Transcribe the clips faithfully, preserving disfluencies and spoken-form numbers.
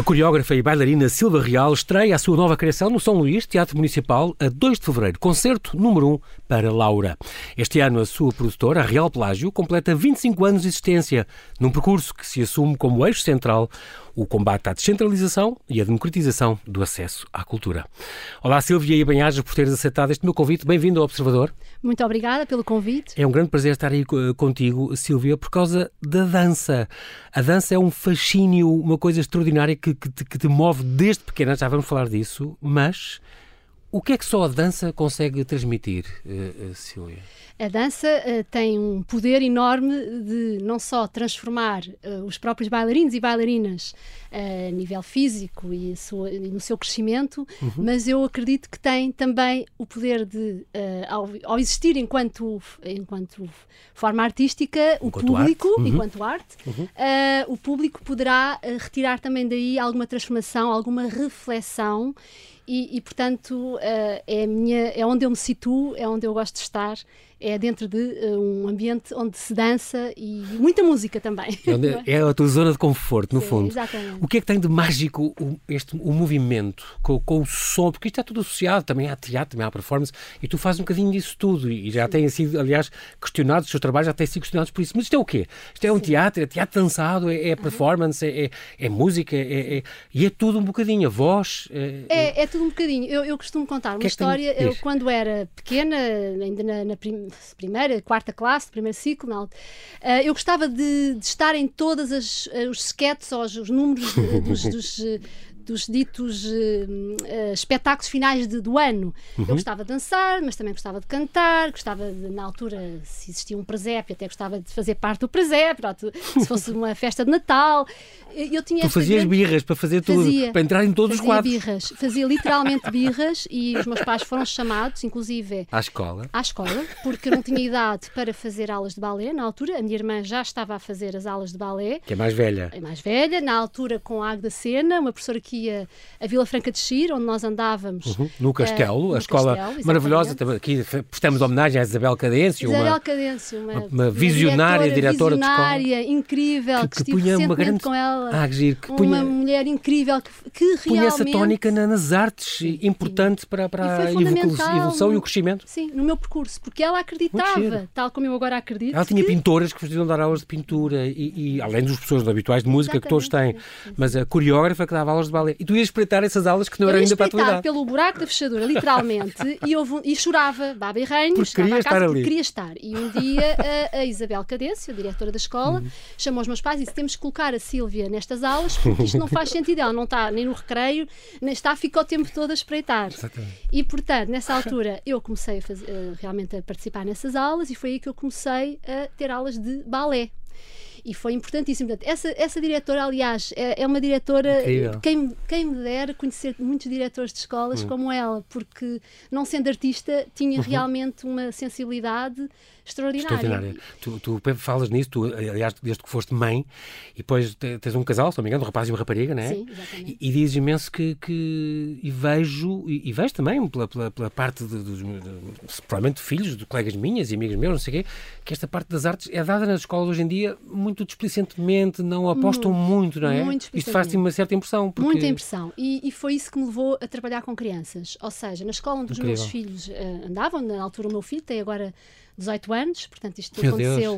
coreógrafa e bailarina Silvia Real estreia a sua nova criação no São Luís, Teatro Municipal, a dois de fevereiro. Concerto número um para Laura. Este ano a sua produtora, a Real Plágio, completa vinte e cinco anos de existência, num percurso que se assume como eixo central o combate à descentralização e a democratização do acesso à cultura. Olá Silvia e bem-aja por teres aceitado este meu convite. Bem-vindo ao Observador. Muito obrigada pelo convite. É um grande prazer estar aí contigo, Silvia, por causa da dança. A dança é um fascínio, uma coisa extraordinária que, que, te, que te move desde pequena, já vamos falar disso, mas o que é que só a dança consegue transmitir, uh, uh, Silvia? A dança uh, tem um poder enorme de não só transformar uh, os próprios bailarinos e bailarinas uh, a nível físico e, sua, e no seu crescimento, uhum. mas eu acredito que tem também o poder de, uh, ao, ao existir enquanto, enquanto forma artística, o enquanto público, arte. Uhum. enquanto arte, uhum. uh, o público poderá uh, retirar também daí alguma transformação, alguma reflexão. E, e, portanto, uh, é, a minha, é onde eu me situo, é onde eu gosto de estar, é dentro de uh, um ambiente onde se dança e muita música também. É, onde, é a tua zona de conforto, no Sim, fundo. Exatamente. O que é que tem de mágico o, este, o movimento, com, com o som? Porque isto está tudo associado, também há teatro, também há performance, e tu fazes um bocadinho disso tudo, e já têm sido, aliás, questionados, os teus trabalhos já têm sido questionados por isso. Mas isto é o quê? Isto é um Sim. teatro, é teatro dançado, é, é performance, é, é, é música, é, é, e é tudo um bocadinho, a voz... É, é, é tudo um bocadinho. Eu, eu costumo contar uma que história. É eu, quando era pequena, ainda na, na prim, primeira, quarta classe, primeiro ciclo, não, uh, eu gostava de, de estar em todas as uh, os sketches ou os, os números de, dos, dos, uh, dos ditos uh, uh, espetáculos finais de, do ano. Uhum. Eu gostava de dançar, mas também gostava de cantar, gostava de, na altura, se existia um presépio, até gostava de fazer parte do presépio, se fosse uma festa de Natal. Eu tinha tu fazias grande... birras para fazer tudo, fazia, para entrar em todos fazia os quadros. Birras, fazia literalmente birras e os meus pais foram chamados, inclusive, à escola. à escola, porque eu não tinha idade para fazer aulas de balé na altura. A minha irmã já estava a fazer as aulas de balé. Que é mais velha. É mais velha, na altura com a Agda Sena, uma professora que ia a Vila Franca de Xir, onde nós andávamos. Uhum. No Castelo, uh, no a escola Castelo, maravilhosa. Aqui prestamos homenagem à Isabel Cadêncio. Isabel uma, Cadêncio, uma, uma visionária uma diretora, visionária, diretora de escola. incrível, que, que, que punha estive uma grande... com ela. Ah, que giro, que uma punha... mulher incrível que, que realmente... punha essa tónica nas artes, importante para, para a evolução e o crescimento. Sim, no meu percurso, porque ela acreditava, tal como eu agora acredito. Ela tinha que... pintoras que faziam dar aulas de pintura e, e além dos professores habituais de música, exatamente, que todos têm, sim, sim. mas a coreógrafa que dava aulas de balé. E tu ias espreitar essas aulas que não eram ainda para a tua idade. Pelo buraco da fechadura, literalmente, e, houve, e chorava, baba e reinos, porque queria estar ali. Queria estar. E um dia a, a Isabel Cadêncio, a diretora da escola, uhum. chamou os meus pais e disse: temos que colocar a Sílvia nestas aulas porque isto não faz sentido. Ela não está nem no recreio, nem está, fica o tempo todo a espreitar. Exatamente. E, portanto, nessa altura eu comecei a fazer, uh, realmente a participar nessas aulas e foi aí que eu comecei a ter aulas de balé. E foi importantíssimo. Portanto, essa, essa diretora, aliás, é, é uma diretora... Quem, quem me dera conhecer muitos diretores de escolas uhum. como ela, porque, não sendo artista, tinha uhum. realmente uma sensibilidade extraordinária. Extraordinária. Tu, tu falas nisso, tu, aliás, desde que foste mãe, e depois tens um casal, se não me engano, um rapaz e uma rapariga, não é? Sim, exatamente. E, e dizes imenso que, que... E vejo, e, e vejo também, pela, pela, pela parte de, de, de, de, provavelmente, filhos de colegas minhas e amigos meus, não sei o quê, que esta parte das artes é dada nas escolas hoje em dia muito displicentemente, não apostam muito, muito não é? Muito Isto faz-te uma certa impressão. Porque... Muita impressão. E, e foi isso que me levou a trabalhar com crianças. Ou seja, na escola onde Incrível. os meus filhos uh, andavam, na altura o meu filho tem agora dezoito anos, portanto isto Meu aconteceu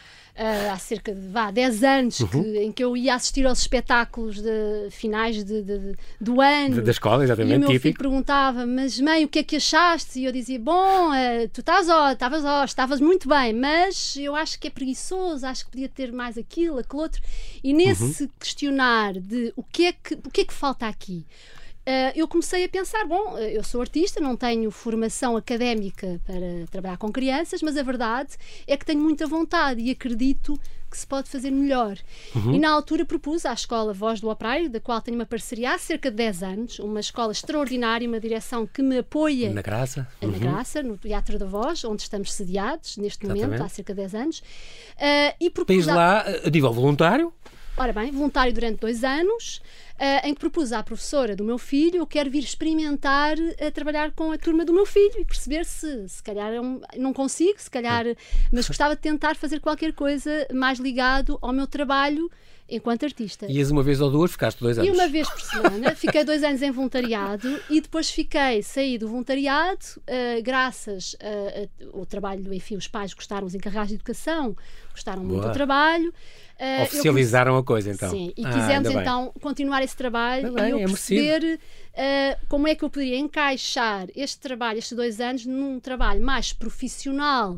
uh, há cerca de vá, dez anos uhum. que, em que eu ia assistir aos espetáculos de, finais de, de, de, do ano. Da escola, exatamente, e o meu típico. filho perguntava: mas mãe, o que é que achaste? E eu dizia: bom, uh, tu estás ó, estavas ó, estavas muito bem, mas eu acho que é preguiçoso, acho que podia ter mais aquilo, aquele outro. E nesse uhum. questionar de o que é que, o que é que falta aqui? Uh, eu comecei a pensar, bom, eu sou artista, não tenho formação académica para trabalhar com crianças, mas a verdade é que tenho muita vontade e acredito que se pode fazer melhor. Uhum. E na altura propus à escola Voz do Operário, da qual tenho uma parceria há cerca de dez anos, uma escola extraordinária, uma direção que me apoia na Graça, na uhum. Graça, no Teatro da Voz, onde estamos sediados neste Exatamente. momento, há cerca de dez anos. Uh, e propus Tens lá, a nível voluntário? Ora bem, voluntário durante dois anos, uh, em que propus à professora do meu filho, eu quero vir experimentar a trabalhar com a turma do meu filho e perceber se, se calhar, é um, não consigo, se calhar, mas gostava de tentar fazer qualquer coisa mais ligado ao meu trabalho enquanto artista. Ias uma vez ou duas, ficaste dois anos. E uma vez por semana, fiquei dois anos em voluntariado e depois fiquei, saí do voluntariado, uh, graças uh, ao trabalho, enfim, os pais gostaram, os encarregados de educação, gostaram Boa. muito do trabalho. Uh, Oficializaram comecei... a coisa, então. Sim, e ah, quisemos então continuar esse trabalho bem, e eu é perceber uh, como é que eu poderia encaixar este trabalho, estes dois anos, num trabalho mais profissional,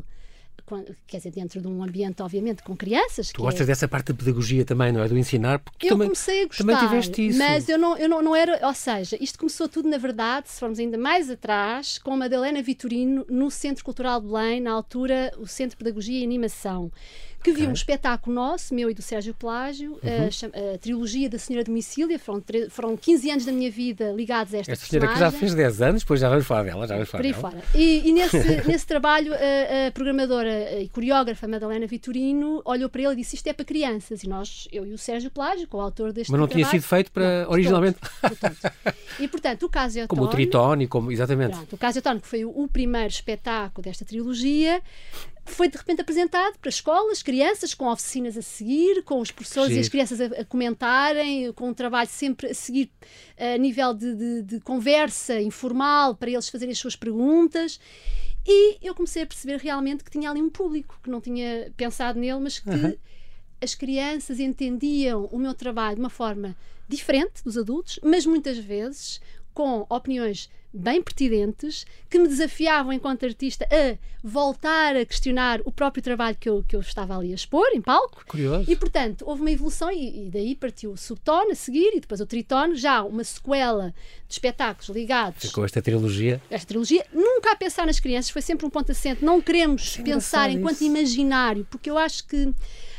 quer dizer, dentro de um ambiente, obviamente, com crianças. Tu gostas é... dessa parte da pedagogia também, não é? Do ensinar? Porque eu também, comecei a gostar, também tiveste isso. Mas eu não, eu não, não era... Ou seja, isto começou tudo, na verdade, se formos ainda mais atrás, com a Madalena Vitorino, no Centro Cultural de Belém, na altura, o Centro de Pedagogia e Animação, que okay. viu um espetáculo nosso, meu e do Sérgio Pelágio, uhum. a, a trilogia da Senhora Domicília. Foram, foram quinze anos da minha vida ligados a esta Esta personagem. senhora que já fez dez anos, depois já vamos falar dela. Já vamos falar Por aí dela. fora. E, e nesse, nesse trabalho, a, a programadora e coreógrafa Madalena Vitorino olhou para ele e disse: isto é para crianças. E nós, eu e o Sérgio Pelágio, o autor deste Mas não trabalho, tinha sido feito para não, originalmente. Todos, todos. E portanto, o Caso Como o Tritone, como exatamente. Pronto, o Caso que foi o, o primeiro espetáculo desta trilogia, foi de repente apresentado para escolas, crianças, com oficinas a seguir, com os professores Sim. e as crianças a, a comentarem, com um trabalho sempre a seguir a nível de, de, de conversa informal, para eles fazerem as suas perguntas. E eu comecei a perceber realmente que tinha ali um público, que não tinha pensado nele, mas que uhum. as crianças entendiam o meu trabalho de uma forma diferente dos adultos, mas muitas vezes com opiniões bem pertinentes, que me desafiavam enquanto artista a voltar a questionar o próprio trabalho que eu, que eu estava ali a expor em palco. Curioso. E portanto houve uma evolução e, e daí partiu o Subtone a seguir e depois o Tritone, já uma sequela de espetáculos ligados. Ficou esta trilogia. Esta trilogia, nunca a pensar nas crianças, foi sempre um ponto assente, não queremos é pensar enquanto isso. imaginário, porque eu acho que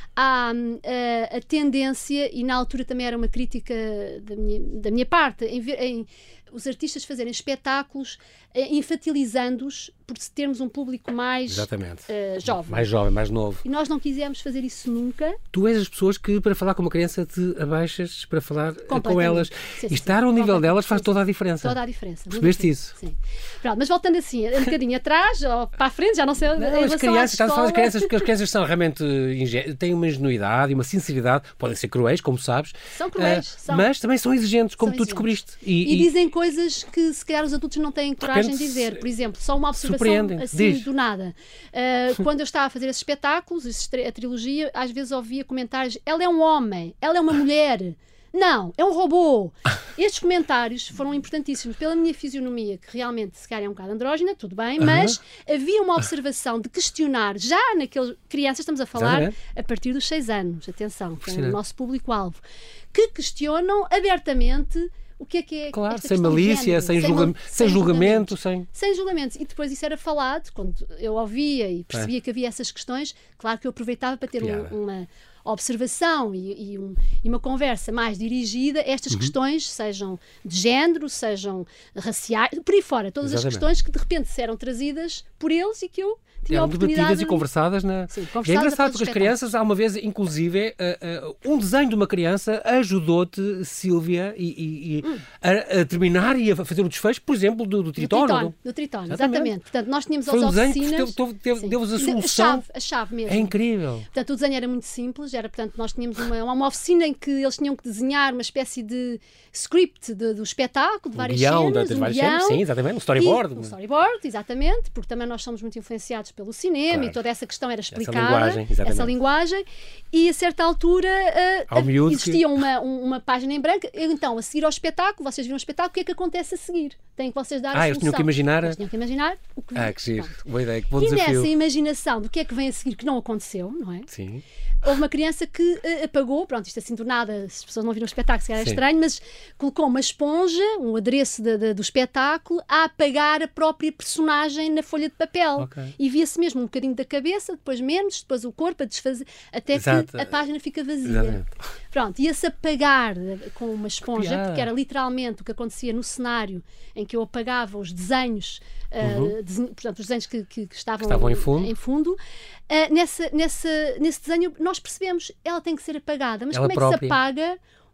há a, a tendência, e na altura também era uma crítica da minha, da minha parte, em, ver, em os artistas fazerem espetáculos eh, infantilizando-os por termos um público mais uh, jovem. Mais jovem, mais novo. E nós não quisemos fazer isso nunca. Tu és as pessoas que, para falar com uma criança, te abaixas para falar com elas. Sim, e estar ao nível delas faz sim, toda a diferença. Toda a diferença. Percebeste isso? Sim. Pronto, mas voltando assim, um bocadinho atrás, ou para a frente, já não sei. Não, as crianças, estás a falar das crianças, porque as crianças são realmente ingê... têm uma ingenuidade e uma sinceridade, podem ser cruéis, como sabes. São cruéis, uh, são. Mas também são exigentes, como são tu exigentes. descobriste. E, e, e dizem coisas que se calhar os adultos não têm coragem de dizer. Por exemplo, só uma observação assim Diz. do nada. Uh, quando eu estava a fazer esses espetáculos, a trilogia, às vezes ouvia comentários: ela é um homem, ela é uma mulher. Não, é um robô. Estes comentários foram importantíssimos pela minha fisionomia, que realmente se calhar é um bocado andrógina, tudo bem, mas uh-huh. havia uma observação de questionar, já naqueles crianças, estamos a falar Exatamente. a partir dos seis anos, atenção, que é o nosso público-alvo, que questionam abertamente o que é que é claro, esta sem malícia, sem, julga sem, sem julgamento. Sem... sem julgamentos. E depois isso era falado, quando eu ouvia e percebia é. que havia essas questões, claro que eu aproveitava para ter um, uma observação e, e, um, e uma conversa mais dirigida a estas uhum. questões, sejam de género, sejam raciais, por aí fora, todas Exatamente. as questões que de repente eram trazidas por eles e que eu tinha a oportunidade debatidas e conversadas na... Sim, conversadas é engraçado porque as crianças, há uma vez, inclusive, uh, uh, um desenho de uma criança ajudou-te, Sílvia, e, e, e hum. a, a terminar e a fazer o desfecho, por exemplo, do, do Tritone. Do Tritone, do Tritone exatamente. exatamente. Portanto, nós tínhamos Foi as um oficinas... Foi um desenho que deu-vos a solução. A chave, a chave mesmo. É incrível. Portanto, o desenho era muito simples, era, portanto, nós tínhamos uma, uma oficina em que eles tinham que desenhar uma espécie de script de, do espetáculo, de várias um guião, cenas, de, de um várias guião, cenas, sim, exatamente, um storyboard. Um storyboard, exatamente, porque também nós somos muito influenciados pelo cinema claro. e toda essa questão era explicada, essa linguagem, essa linguagem e a certa altura uh, existia uma, uma página em branco, então a seguir ao espetáculo, vocês viram o espetáculo, o que é que acontece a seguir? Têm que vocês dar a ah, solução. eles tinham que imaginar? Eles tinham que imaginar o que Ah, que giro, Pronto. boa ideia, que bom e desafio. E nessa imaginação do que é que vem a seguir que não aconteceu, não é? Sim. Houve uma criança que uh, apagou, pronto, isto assim do nada, as pessoas não viram o espetáculo, se era estranho, mas colocou uma esponja, um adereço de, de, do espetáculo, a apagar a própria personagem na folha de papel. Okay. E via-se mesmo um bocadinho da cabeça, depois menos, depois o corpo a desfazer, até Exato. que a página fica vazia. Exatamente. Pronto, ia-se apagar com uma esponja, porque era literalmente o que acontecia no cenário em que eu apagava os desenhos, uhum. uh, desenho, portanto, os desenhos que, que, que, estavam, que estavam em fundo. Em fundo. Uh, nessa, nessa, nesse desenho nós percebemos ela tem que ser apagada, mas ela como é própria. que se apaga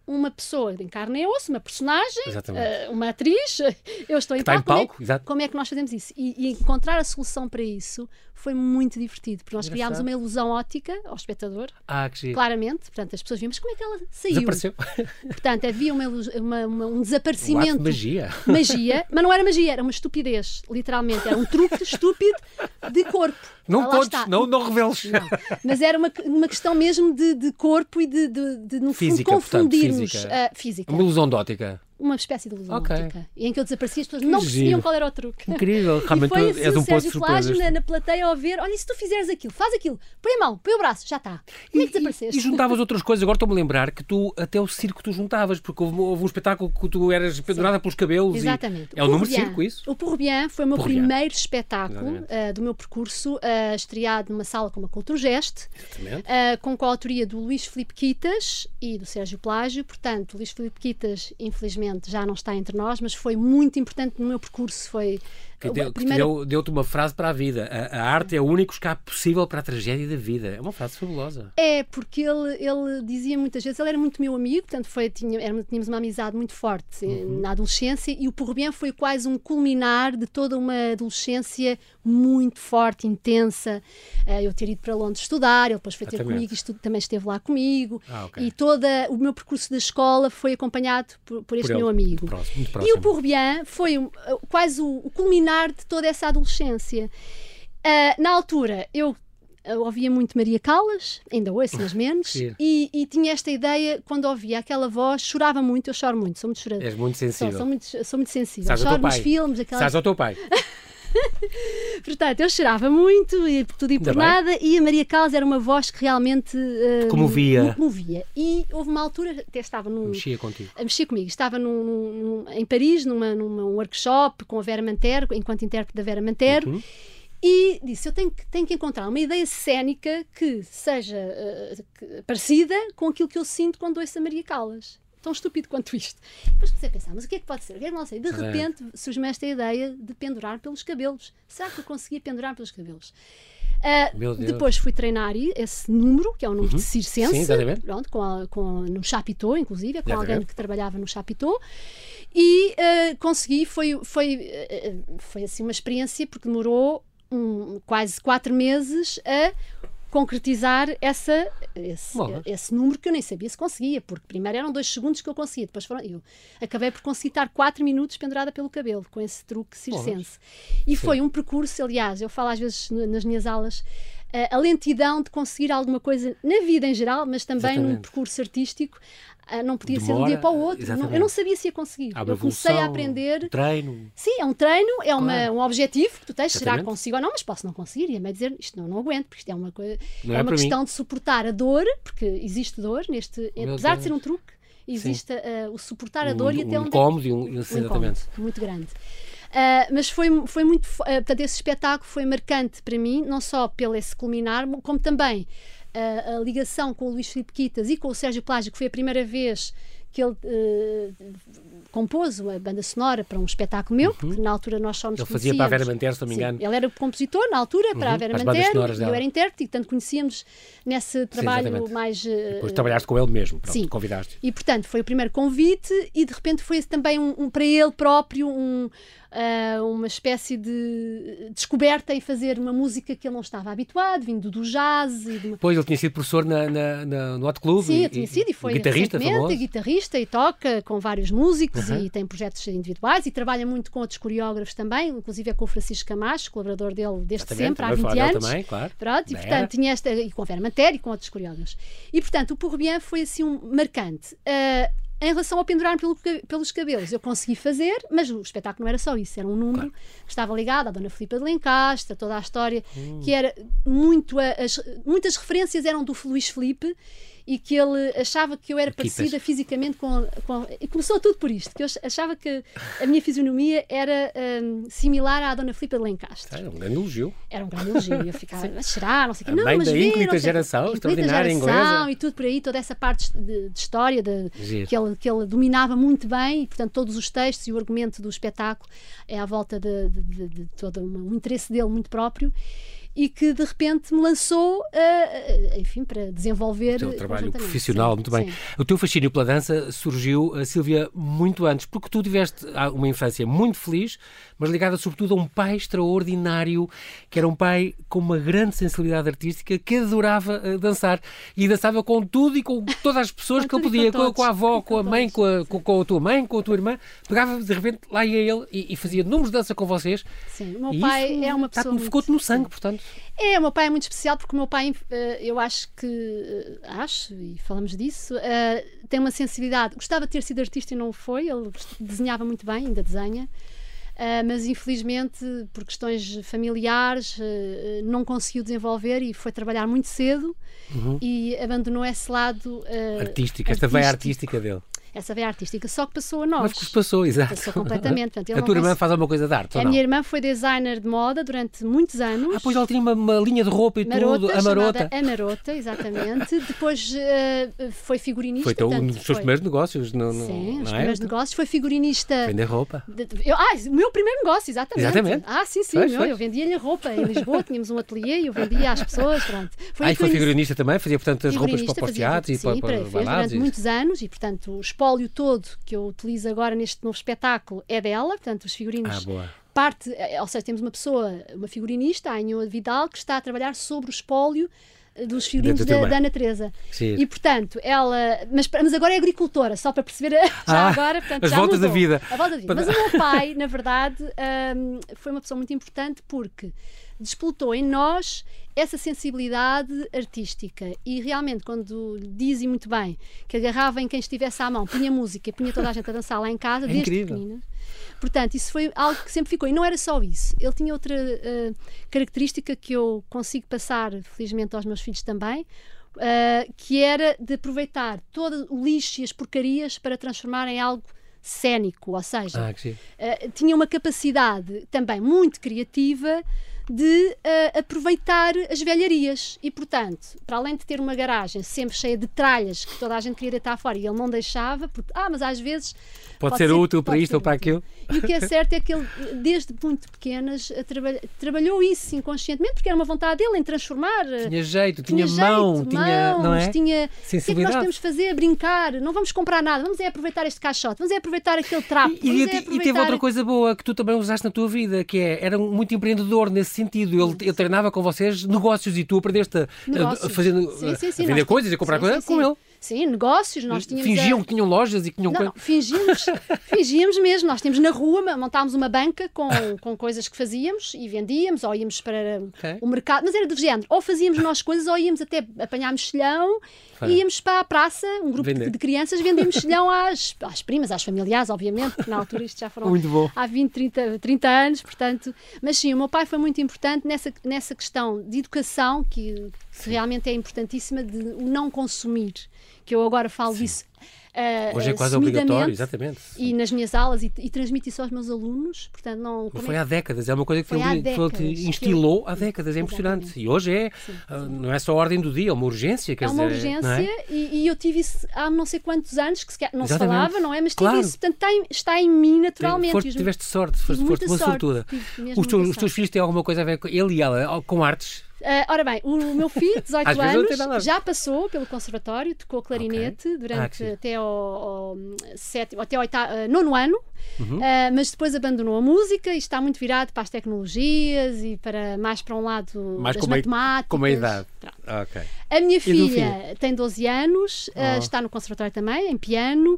uma pessoa de carne e osso, uma personagem, uh, uma atriz, eu estou em que palco, está em palco como, é, como é que nós fazemos isso? E, e encontrar a solução para isso foi muito divertido, porque nós criámos uma ilusão óptica ao espectador, ah, que claramente, portanto as pessoas viam, mas como é que ela saiu? Desapareceu. Portanto, havia uma, uma, uma, um desaparecimento. Um magia. Magia, mas não era magia, era uma estupidez, literalmente, era um truque estúpido de corpo. Não contes, não, não reveles. Não. Mas era uma, uma questão mesmo de, de corpo e de, de, de no física, fundo, confundirmos portanto, física. Uh, física. Uma ilusão de ótica. Uma espécie de ilusão okay. ótica. Em que eu desaparecia, as pessoas não percebiam qual era o truque. Incrível, realmente e foi assim, és um poço de surpresas. Na, surpresas. na plateia ao ver, olha, se tu fizeres aquilo, faz aquilo, põe a mão, põe o braço, já está. Como é que desapareceste? E, e juntavas outras coisas. Agora estou-me a lembrar que tu, até o circo tu juntavas, porque houve, houve um espetáculo que tu eras pendurada pelos cabelos. Exatamente. E é o, o número de circo, isso? O Pour Bien foi o meu Pour Bien. primeiro espetáculo uh, do meu percurso, uh, estreado numa sala como a Culturgest, uh, com coautoria do Luís Filipe Quitas e do Sérgio Plágio. Portanto, o Luís Filipe Quitas, infelizmente, já não está entre nós, mas foi muito importante no meu percurso. Foi que deu, primeira... deu, deu-te uma frase para a vida. A, a arte é o único escape possível para a tragédia da vida. É uma frase fabulosa. É, porque ele, ele dizia muitas vezes, ele era muito meu amigo, portanto foi, tinha, era, tínhamos uma amizade muito forte uhum. na adolescência, e o Pour Bien foi quase um culminar de toda uma adolescência muito forte, intensa. Uh, eu ter ido para Londres estudar, ele depois foi ter Exatamente. comigo, isto também esteve lá comigo, ah, okay. e todo o meu percurso da escola foi acompanhado por, por este por meu amigo. Muito próximo, muito próximo. E o Pour Bien foi um, quase o, o culminar de toda essa adolescência. Uh, na altura, eu Eu ouvia muito Maria Callas, ainda ouço, mas menos, e, e tinha esta ideia, quando ouvia aquela voz, chorava muito, eu choro muito, sou muito chorada. És muito sensível. Sou, sou, muito, sou muito sensível. Sabes choro nos filmes. Aquelas... Sabes ao teu pai. Portanto, eu chorava muito, e por tudo e por ainda nada, bem. e a Maria Callas era uma voz que realmente uh, comovia. me comovia. E houve uma altura, até estava num... Mexia contigo. Mexia comigo. Estava num, num, em Paris, numa, num workshop com a Vera Mantero, enquanto intérprete da Vera Mantero, uhum. E disse, eu tenho que, tenho que encontrar uma ideia cénica que seja uh, que, parecida com aquilo que eu sinto quando ouço a Maria Callas. Tão estúpido quanto isto. Depois comecei a pensar, mas o que é que pode ser? O que é que não sei? De repente é. surge-me esta ideia de pendurar pelos cabelos. Será que eu conseguia pendurar pelos cabelos? Uh, depois fui treinar esse número, que é o número uhum. de circense, Sim, pronto, com a, com, no Chapiteau, inclusive, com alguém que trabalhava no Chapiteau. E uh, consegui, foi, foi, uh, foi assim uma experiência, porque demorou Um, quase quatro meses a concretizar essa, esse, esse número que eu nem sabia se conseguia, porque primeiro eram dois segundos que eu conseguia, depois foram, eu acabei por conseguir estar quatro minutos pendurada pelo cabelo, com esse truque circense. E Sim. foi um percurso, aliás, eu falo às vezes nas minhas aulas, a lentidão de conseguir alguma coisa na vida em geral, mas também Exatamente. num percurso artístico, não podia Demora, ser de um dia para o outro. Não, eu não sabia se ia conseguir. Há eu comecei a aprender. Um treino. Sim, é um treino, é claro. uma, um objetivo que tu tens. Exatamente. Será que consigo ou não? Mas posso não conseguir. E é meio dizer, isto não, não aguento, porque isto é uma coisa. Não é, é uma questão mim. de suportar a dor, porque existe dor neste. Meu apesar Deus. de ser um truque, existe uh, o suportar a dor um, e até um onde. Incómodo, um, um exatamente. incómodo muito grande. Uh, mas foi, foi muito. Uh, portanto, esse espetáculo foi marcante para mim, não só pelo esse culminar, como também uh, a ligação com o Luís Filipe Quitas e com o Sérgio Plágio, que foi a primeira vez que ele uh, compôs a banda sonora para um espetáculo meu, uhum. porque na altura nós só nos ele conhecíamos. Ele fazia para a Vera Mantero, se não me engano. Sim, ele era compositor na altura uhum. para a Vera Mantero, eu era intérprete e portanto conhecíamos nesse trabalho Sim, mais... Uh, depois trabalhaste com ele mesmo, pronto, Sim. convidaste. E portanto foi o primeiro convite e de repente foi também um, um, para ele próprio um... Uh, uma espécie de descoberta em fazer uma música que ele não estava habituado, vindo do jazz. E de uma... Pois, ele tinha sido professor na, na, na, no Hot Club. Sim, eu tinha sido e foi guitarrista, famoso. guitarrista e toca com vários músicos uh-huh. e tem projetos individuais e trabalha muito com outros coreógrafos também, inclusive é com o Francisco Camacho, colaborador dele desde Exatamente, sempre, há vinte anos. Também, claro. Pronto, e, portanto, tinha esta, e com a Vera Mantero e com outros coreógrafos. E, portanto, o Pour Bien foi assim um marcante. Uh, Em relação ao pendurar pelo, pelos cabelos, eu consegui fazer, mas o espetáculo não era só isso, era um número claro. que estava ligado à Dona Filipa de Lencastre, toda a história, hum. que era muito, a, as, muitas referências eram do Luís Filipe e que ele achava que eu era Equipas. parecida fisicamente com, com... E começou tudo por isto, que eu achava que a minha fisionomia era um, similar à Dona Filipa de Lencastre. Era um grande elogio. Era um grande elogio. Eu ficava a chorar, não sei o quê. A não, mãe mas da vê, ínclita sei, geração, extraordinária inglesa. E tudo por aí, toda essa parte de, de história de, que, ele, que ele dominava muito bem e, portanto, todos os textos e o argumento do espetáculo é à volta de, de, de, de todo um, um interesse dele muito próprio. e que de repente me lançou, uh, enfim, para desenvolver o teu trabalho profissional. Sim, muito bem. sim. O teu fascínio pela dança surgiu, Sílvia, muito antes, porque tu tiveste uma infância muito feliz, mas ligada sobretudo a um pai extraordinário, que era um pai com uma grande sensibilidade artística, que adorava uh, dançar, e dançava com tudo e com todas as pessoas que ele podia, com, com a avó, com a mãe, com a, com, com a tua mãe, com a tua irmã, pegava de repente, lá ia ele e, e fazia números de dança com vocês. Sim, o meu pai é uma pessoa... Ficou-te no sangue, portanto. É, o meu pai é muito especial porque o meu pai, eu acho que, acho, e falamos disso, tem uma sensibilidade. Gostava de ter sido artista e não o foi, ele desenhava muito bem, ainda desenha, mas infelizmente, por questões familiares, não conseguiu desenvolver e foi trabalhar muito cedo uhum. e abandonou esse lado artístico, esta veia artística dele. Essa veia artística, só que passou a nós. Mas que passou, exato. Passou completamente. Portanto, a tua irmã cons... faz alguma coisa de arte, A ou não? minha irmã foi designer de moda durante muitos anos. Ah, pois ela tinha uma, uma linha de roupa e marota, tudo, a Marota. A Marota, exatamente. Depois uh, foi figurinista. Foi então, portanto, um dos seus foi... primeiros negócios. No, no, sim, os é? primeiros negócios. Foi figurinista... Vender roupa. De, de, eu, ah, o meu primeiro negócio, exatamente. Exatamente. Ah, sim, sim. Pois, meu, pois. Eu vendia-lhe roupa em Lisboa, tínhamos um ateliê e eu vendia às pessoas, pronto. Foi ah, e foi figurinista também? Fazia, portanto, as roupas para os teatros e para, para, para balados? Durante muitos anos e, portanto, o espólio todo que eu utilizo agora neste novo espetáculo é dela, portanto, os figurinos... Ah, boa. Parte, ou seja, temos uma pessoa, uma figurinista, a Anhoa Vidal, que está a trabalhar sobre o espólio dos figurinos da, da Ana Teresa. Sim. E, portanto, ela... Mas, mas agora é agricultora, só para perceber já ah, agora. Portanto, as já voltas mudou, da vida. A volta da vida. Mas o meu pai, na verdade, um, foi uma pessoa muito importante porque despoltou em nós essa sensibilidade artística e realmente quando dizem muito bem que agarrava em quem estivesse à mão, punha música e punha toda a gente a dançar lá em casa, é desde incrível. pequenina. Portanto, isso foi algo que sempre ficou. E não era só isso. Ele tinha outra uh, característica que eu consigo passar, felizmente, aos meus filhos também, uh, que era de aproveitar todo o lixo e as porcarias para transformar em algo cénico, ou seja, ah, que sim. uh, tinha uma capacidade também muito criativa de uh, aproveitar as velharias e, portanto, para além de ter uma garagem sempre cheia de tralhas que toda a gente queria deitar fora e ele não deixava, porque, ah, mas às vezes pode, pode ser, ser útil para isto ou para útil. aquilo. E o que é certo é que ele, desde muito pequenas, traba trabalhou isso inconscientemente, porque era uma vontade dele em transformar. Tinha jeito, tinha, tinha mão, jeito, tinha, mãos, não é? tinha sensibilidade. O que é que nós podemos fazer? Brincar, não vamos comprar nada, vamos é aproveitar este caixote, vamos é aproveitar aquele trapo. E, e, é aproveitar... e teve outra coisa boa que tu também usaste na tua vida, que é, era muito empreendedor nesse sentido. Ele, ele treinava com vocês negócios e tu aprendeste a, a, a, fazer, sim, sim, sim, a vender nós, coisas e comprar sim, coisas sim, com sim. ele. Sim, negócios, nós tínhamos... Fingiam a... que tinham lojas e que tinham... Não, não, fingíamos, fingíamos mesmo. Nós tínhamos na rua, montámos uma banca com, com coisas que fazíamos e vendíamos, ou íamos para okay. o mercado, mas era do género, ou fazíamos nós coisas, ou íamos até apanhar mexilhão e íamos para a praça, um grupo Vender. de crianças, vendia mexilhão às, às primas, às familiares, obviamente, porque na altura isto já foram muito bom. há vinte, trinta, trinta anos, portanto, mas sim, o meu pai foi muito importante nessa, nessa questão de educação, que, que realmente é importantíssima, de o não consumir, que eu agora falo Sim. disso uh, hoje é quase obrigatório, exatamente. E nas minhas aulas, e, e transmito isso aos meus alunos, portanto não... Mas foi é? há décadas, é uma coisa que foi ele décadas, instilou há décadas, é impressionante. Exatamente. E hoje é, sim, sim. Uh, não é só a ordem do dia, é uma urgência, quer é uma dizer... urgência é? e, e eu tive isso há não sei quantos anos, que sequer, não exatamente. se falava, não é? Mas tive claro. isso, portanto está em, está em mim naturalmente. Foste, os, tiveste sorte, foste, foste uma sortuda. Os, teus, os teus filhos têm alguma coisa a ver com ele e ela, com artes? Uh, ora bem, o meu filho, dezoito anos, já passou pelo conservatório, tocou clarinete okay. durante ah, até ao, ao, sétimo, até ao oitavo, uh, nono ano, uhum. uh, mas depois abandonou a música e está muito virado para as tecnologias e para mais para um lado mais das matemáticas. Com a idade. Okay. A minha filha tem doze anos, oh. uh, está no conservatório também, em piano, uh,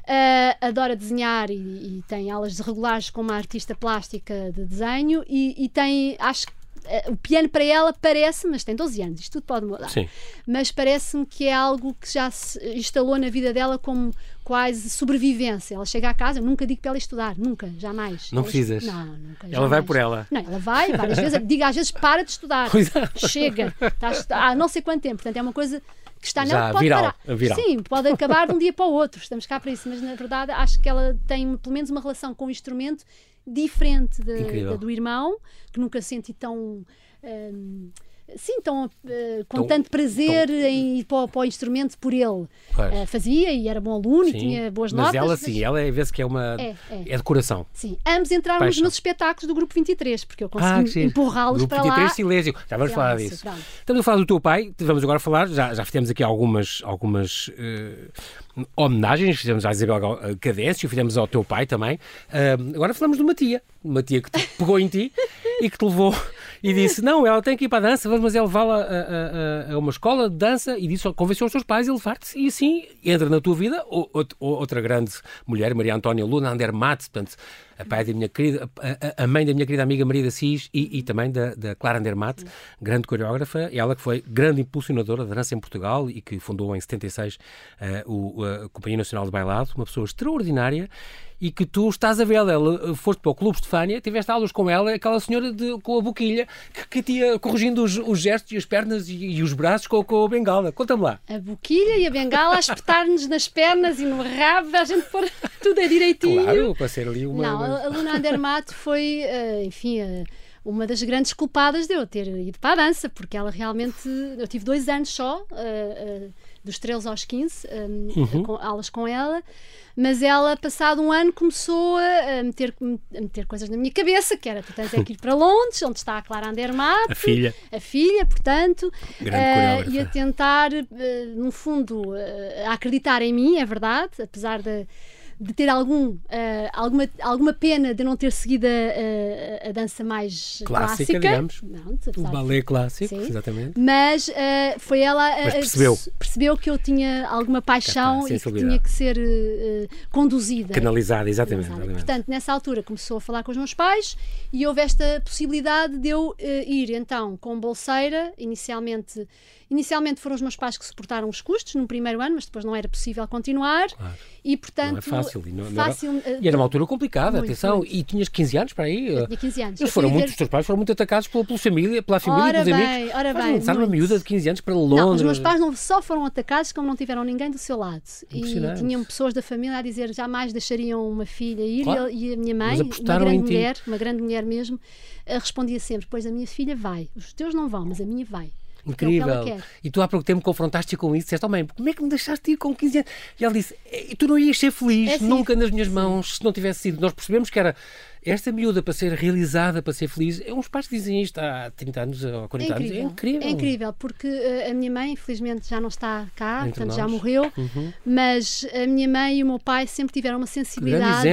adora desenhar e, e tem aulas regulares com uma artista plástica de desenho e, e tem, acho que o piano para ela parece, mas tem doze anos, isto tudo pode mudar. Sim. Mas parece-me que é algo que já se instalou na vida dela como quase sobrevivência. Ela chega à casa, eu nunca digo para ela estudar, nunca, jamais. Não ela precisas? Não, nunca. Ela jamais. vai por ela? Não, ela vai várias vezes, digo às vezes para de estudar. Chega, está há não sei quanto tempo, portanto é uma coisa que está já, nela, pode viral, parar. Viral. Sim, pode acabar de um dia para o outro, estamos cá para isso, mas na verdade acho que ela tem pelo menos uma relação com o instrumento diferente de, da do irmão, que nunca senti tão... Um, sim, tão, uh, com tão, tanto prazer tão... em ir para, para o instrumento por ele. Uh, fazia e era bom aluno, sim, e tinha boas mas notas. Ela, mas sim, ela é, vê-se que é uma... É, é. é de coração. Sim. Ambos entraram Paixão. nos meus espetáculos do Grupo vinte e três, porque eu consegui ah, empurrá-los para lá. Grupo vinte e três, Silésio. Já vamos falar disso. Pronto. Estamos a falar do teu pai, vamos agora falar, já, já fizemos aqui algumas, algumas uh, homenagens, fizemos à Isabel Cadécio, fizemos ao teu pai também. Uh, agora falamos de uma tia, uma tia que te pegou em ti e que te levou e disse, não, ela tem que ir para a dança, mas é levá-la a, a, a uma escola de dança e disse, convenceu os teus pais a levar-te e assim entra na tua vida outra grande mulher, Maria Antónia Luna Andermatt, portanto, a, pai da minha querida, a, a mãe da minha querida amiga Maria da Cis e, e também da, da Clara Andermatt, grande coreógrafa, ela que foi grande impulsionadora da dança em Portugal e que fundou em setenta e seis uh, o, a Companhia Nacional de Bailado, uma pessoa extraordinária e que tu estás a vê-la, ela foste para o Clube Estefânia, tiveste aulas com ela, aquela senhora de, com a boquilha, que, que te ia corrigindo os, os gestos e as pernas e, e os braços com, com a bengala. Conta-me lá. A boquilha e a bengala a espetar-nos nas pernas e no rabo, a gente pôr tudo a direitinho. Claro, para ser ali uma... Não, a Luna Andermatt foi, uh, enfim... Uh, uma das grandes culpadas de eu ter ido para a dança, porque ela realmente... Eu tive dois anos só, uh, uh, dos treze aos quinze, um, uhum. com, aulas com ela, mas ela, passado um ano, começou a meter, a meter coisas na minha cabeça, que era, tu tens é que ir para Londres, onde está a Clara Andermatt, a filha, a filha portanto, uh, e a tentar, uh, no fundo, uh, a acreditar em mim, é verdade, apesar de... de ter algum, uh, alguma, alguma pena de não ter seguido a, a, a dança mais clássica, clássica. digamos. Não, o balé clássico, sim, exatamente. Mas uh, foi ela uh, Mas percebeu. percebeu que eu tinha alguma paixão e que tinha que ser uh, conduzida. Canalizada, exatamente, exatamente. Portanto, nessa altura começou a falar com os meus pais e houve esta possibilidade de eu uh, ir então com bolseira, inicialmente... Inicialmente foram os meus pais que suportaram os custos no primeiro ano, mas depois não era possível continuar. Claro. E, portanto, não é fácil. E, não, fácil, não era, e era uma altura complicada, muito, atenção. Muito. E tinhas quinze anos para aí. Eu tinha quinze anos. Eles foram muito, ver... Os teus pais foram muito atacados pela, pela família, pela família ora e pelos bem, amigos. Ora bem, Sabe uma miúda de quinze anos para Londres. Não, os meus pais não só foram atacados, como não tiveram ninguém do seu lado. E tinham pessoas da família a dizer jamais deixariam uma filha ir. Claro. E a minha mãe, uma grande mulher, uma grande mulher mesmo, respondia sempre, pois a minha filha vai. Os teus não vão, mas a minha vai. Incrível. É e tu há pouco tempo confrontaste-te com isso, disseste, oh mãe, como é que me deixaste ir com quinze anos? E ela disse, tu não ias ser feliz é nunca nas minhas mãos se não tivesse sido. Nós percebemos que era esta miúda para ser realizada, para ser feliz. Uns pais que dizem isto há trinta anos ou quarenta é anos. É incrível. É incrível, porque uh, a minha mãe, infelizmente, já não está cá, entre portanto nós. Já morreu, uhum. Mas a minha mãe e o meu pai sempre tiveram uma sensibilidade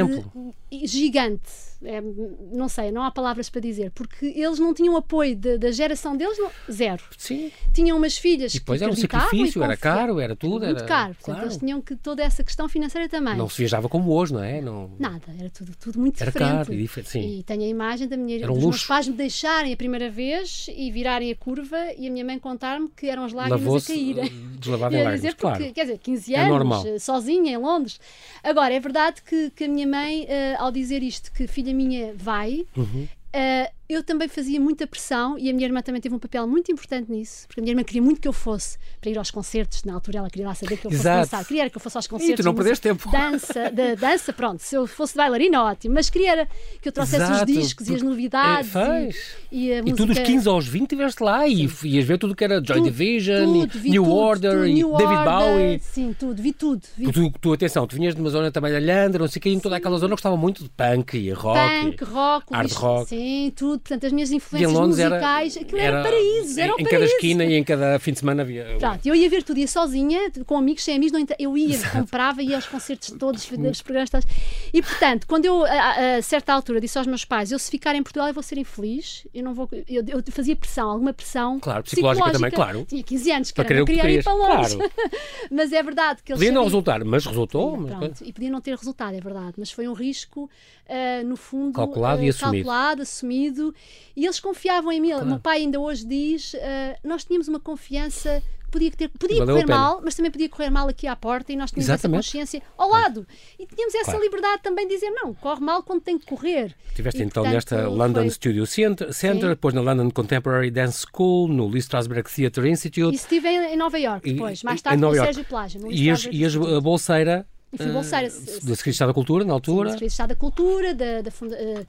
gigante. É, não sei, não há palavras para dizer, porque eles não tinham apoio de, da geração deles, não, zero. Sim. Tinham umas filhas e depois que era um sacrifício, era caro, era tudo. Muito era caro, portanto, claro. Eles tinham que toda essa questão financeira também. Não se viajava como hoje, não é? Não... Nada, era tudo, tudo muito era diferente. Caro e diferente, sim. E tenho a imagem da minha, um dos luxo. meus pais me deixarem a primeira vez e virarem a curva e a minha mãe contar-me que eram as lágrimas a caírem. Deslavada em lágrimas, dizer, claro. Porque, quer dizer, quinze anos, é sozinha em Londres. Agora, é verdade que, que a minha mãe, uh, ao dizer isto, que filha minha vai, uhum. uh, eu também fazia muita pressão e a minha irmã também teve um papel muito importante nisso, porque a minha irmã queria muito que eu fosse para ir aos concertos, na altura ela queria lá saber que eu fosse Exato. dançar, queria que eu fosse aos concertos. E tu não perdeste tempo. Dança, de, dança, pronto, se eu fosse bailarina, ótimo, mas queria que eu trouxesse Exato. Os discos porque, e as novidades. É, e, e, a e música... tu dos quinze aos vinte estiveste lá e ias ver tudo que era Joy tudo, Division, tudo, New tudo, Order tudo, e New David Order, Bowie. Sim, tudo, vi tudo. Vi tu, tu, tu, atenção, tu vinhas de uma zona também da Lhandra, não sei o que, em toda aquela zona eu gostava muito de punk e rock. Punk, rock, hard lixo, rock. Sim, tudo. Portanto, as minhas influências musicais, era, aquilo era, era paraíso, era em, o em paraíso. cada esquina e em cada fim de semana havia. Pronto, eu ia ver tudo, ia sozinha, com amigos, sem amigos, não inter... eu ia, Exato. comprava, ia aos concertos todos, dos programas todos. E portanto, quando eu, a, a certa altura, disse aos meus pais, eu se ficar em Portugal eu vou ser infeliz, eu não vou. Eu, eu fazia pressão, alguma pressão. Claro, psicológica, psicológica também, claro. Tinha quinze anos, que para era, não queria ir para Londres. Claro. Mas é verdade que eles. Podia não resultar, mas resultou. Podia, mas... Pronto, e podia não ter resultado, é verdade, mas foi um risco, uh, no fundo, calculado uh, e assumido. calculado, assumido, e eles confiavam em mim. Claro. Meu pai ainda hoje diz, uh, nós tínhamos uma confiança. Podia, ter, podia correr mal, mas também podia correr mal aqui à porta e nós tínhamos Exatamente. essa consciência ao lado. E tínhamos essa claro. liberdade também de dizer, não, corre mal quando tem que correr. Estiveste e, então portanto, nesta London foi... Studio Center, Center depois na London Contemporary Dance School, no Lee Strasberg Theatre Institute. E estive em Nova York depois, e, mais tarde com o Sérgio Plágio. E as a bolseira e fui bolseira uh, da Secretaria de Estado da Cultura, na altura? Sim, da Secretaria de Estado da Cultura, da, da funda, uh,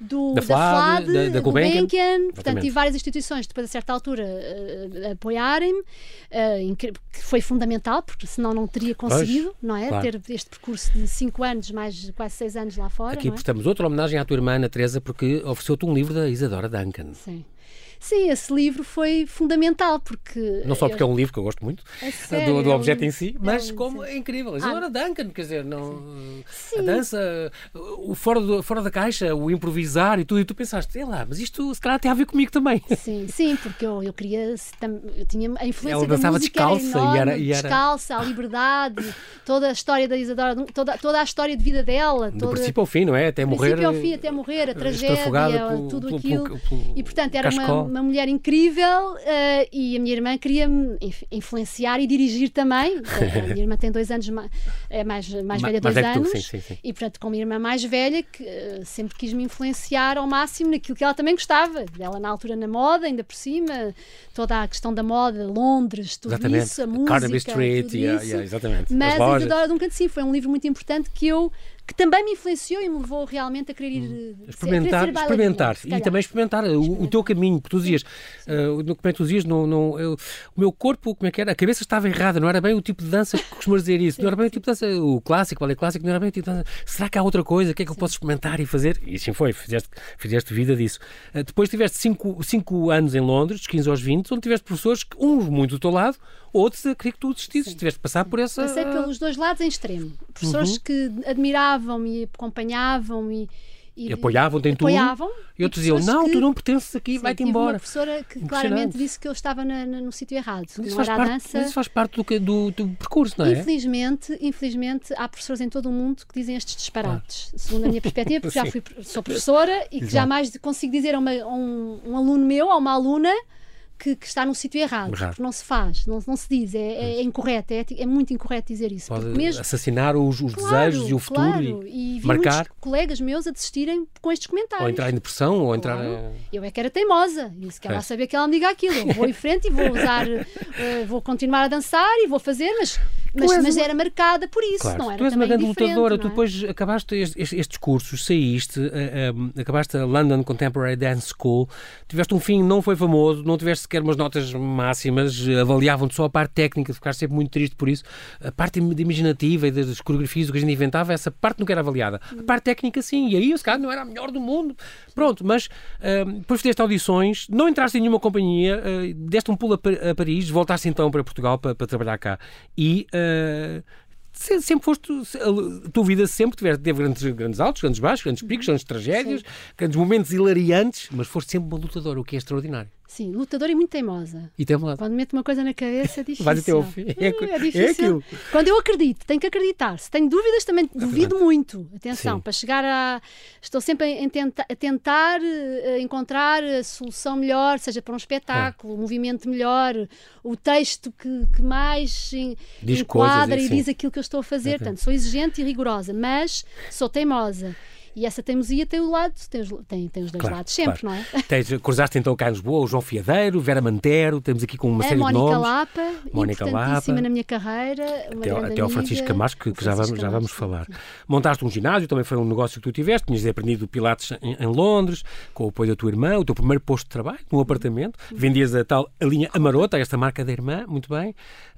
do, da da FLAD, FLAD, da, da Gulbenkian. Gulbenkian, portanto, tive várias instituições depois a certa altura uh, a apoiarem-me, uh, que foi fundamental, porque senão não teria conseguido, pois, não é? Claro. Ter este percurso de cinco anos, mais quase seis anos lá fora. Aqui não é? prestamos outra homenagem à tua irmã, Ana Teresa, porque ofereceu-te um livro da Isadora Duncan. Sim. Sim, esse livro foi fundamental, porque... Não só porque eu... é um livro que eu gosto muito, sério, do, do é objeto um... em si, é mas um... como é incrível. Isadora ah. Duncan, quer dizer, não, sim. a dança, o fora, do, fora da caixa, o improvisar e tudo, e tu pensaste, sei lá, mas isto se calhar tem a ver comigo também. Sim, sim, porque eu, eu queria, eu tinha a influência Ela dançava da música descalça era enorme, e era, e era... descalça, a liberdade, toda a história da Isadora, toda, toda a história de vida dela. Do toda... princípio ao fim, não é? Até morrer. Do princípio ao fim, até morrer, a tragédia, pelo, tudo pelo, aquilo. Pelo, pelo, e, portanto, era uma, uma mulher incrível uh, e a minha irmã queria-me influenciar e dirigir também. A minha irmã tem dois anos, é mais, mais velha, dois mais anos. Tu, sim, sim, sim. E, portanto, com uma irmã mais velha, que uh, sempre quis me influenciar ao máximo naquilo que ela também gostava. Ela, na altura, na moda, ainda por cima, toda a questão da moda, Londres, tudo exatamente. isso, a música. Carnaby Street, tudo yeah, isso. Yeah, exatamente. Mas a Isadora Duncan, sim, foi um livro muito importante que eu. Que também me influenciou e me levou realmente a querer ir experimentar, a querer ser experimentar e também experimentar, experimentar. O, o teu caminho, porque tu dizias, uh, como é que tu dizias, no, no, eu, o meu corpo, como é que era? A cabeça estava errada, não era bem o tipo de dança que costumas dizer isso, sim, não era bem sim. o tipo de dança, o clássico, o balé clássico, não era bem o tipo de dança. Será que há outra coisa? O que é que eu sim. posso experimentar e fazer? E assim foi, fizeste, fizeste vida disso. Uh, depois tiveste cinco anos em Londres, dos quinze aos vinte, onde tiveste professores, uns muito do teu lado, outros a querer que tu desistisses, tiveste de passar por essa... Passei pelos dois lados em extremo. Professores uhum. que admiravam-me, acompanhavam-me e, e apoiavam-te em tudo. Apoiavam. E outros diziam, não, que... tu não pertences aqui, vai-te embora. Uma professora que claramente disse que eu estava na, na, no sítio errado. Isso não faz, era parte, a dança. isso faz parte do, do, do percurso, não é? Infelizmente, infelizmente, há professores em todo o mundo que dizem estes disparates, ah. segundo a minha perspectiva, porque já fui, sou professora e que Exato. jamais consigo dizer a, uma, a um, um aluno meu, a uma aluna, Que, que está no sítio errado, errado, porque não se faz, não, não se diz, é, é, é incorreto, é, é muito incorreto dizer isso. Pode mesmo, assassinar os, os claro, desejos e o futuro claro. e, e vi marcar. muitos colegas meus a desistirem com estes comentários. Ou entrar em depressão, ou entrar... Claro. Eu é que era teimosa, e se quer lá saber que ela me diga aquilo, eu vou em frente e vou usar, uh, vou continuar a dançar e vou fazer, mas... Mas, mas era marcada por isso, claro. não era Tu és uma grande lutadora, é? tu depois acabaste estes, estes cursos, saíste, uh, um, acabaste a London Contemporary Dance School, tiveste um fim, não foi famoso, não tiveste sequer umas notas máximas, avaliavam-te só a parte técnica, ficaste sempre muito triste por isso, a parte imaginativa e das coreografias, o que a gente inventava, essa parte nunca era avaliada. A parte técnica sim, e aí eu se calhar não era a melhor do mundo. Pronto, mas uh, depois fizeste audições, não entraste em nenhuma companhia, uh, deste um pulo a, a Paris, voltaste então para Portugal para, para trabalhar cá e Uh, sempre foste, a tua vida sempre tiveste, teve grandes, grandes altos, grandes baixos, grandes picos, grandes tragédias, Sim. grandes momentos hilariantes, mas foste sempre uma lutadora, o que é extraordinário. Sim, lutadora e muito teimosa. E teimosa. Quando meto uma coisa na cabeça é difícil. Vai até ao fim. É, é difícil. É aquilo. Quando eu acredito, tenho que acreditar. Se tenho dúvidas, também é duvido muito. Atenção, Sim. para chegar a... Estou sempre a, tenta, a tentar a encontrar a solução melhor, seja para um espetáculo, o é. um movimento melhor, o texto que, que mais diz enquadra coisas, e diz aquilo que eu estou a fazer. Portanto, sou exigente e rigorosa, mas sou teimosa. E essa teimosia tem o lado, tem os, tem, tem os dois claro, lados, sempre, claro. não é? Tens, cruzaste então cá em Lisboa o João Fiadeiro, Vera Mantero, temos aqui com uma a série Mónica de nomes. Lapa, Mónica importantíssima Lapa, na minha carreira. Uma até, ao, até ao Francisco Camacho, que, que já vamos, já vamos falar. Sim. Montaste um ginásio, também foi um negócio que tu tiveste, tinhas aprendido Pilates em, em Londres, com o apoio da tua irmã, o teu primeiro posto de trabalho, num apartamento, vendias a tal a linha Amarota, esta marca da irmã, muito bem.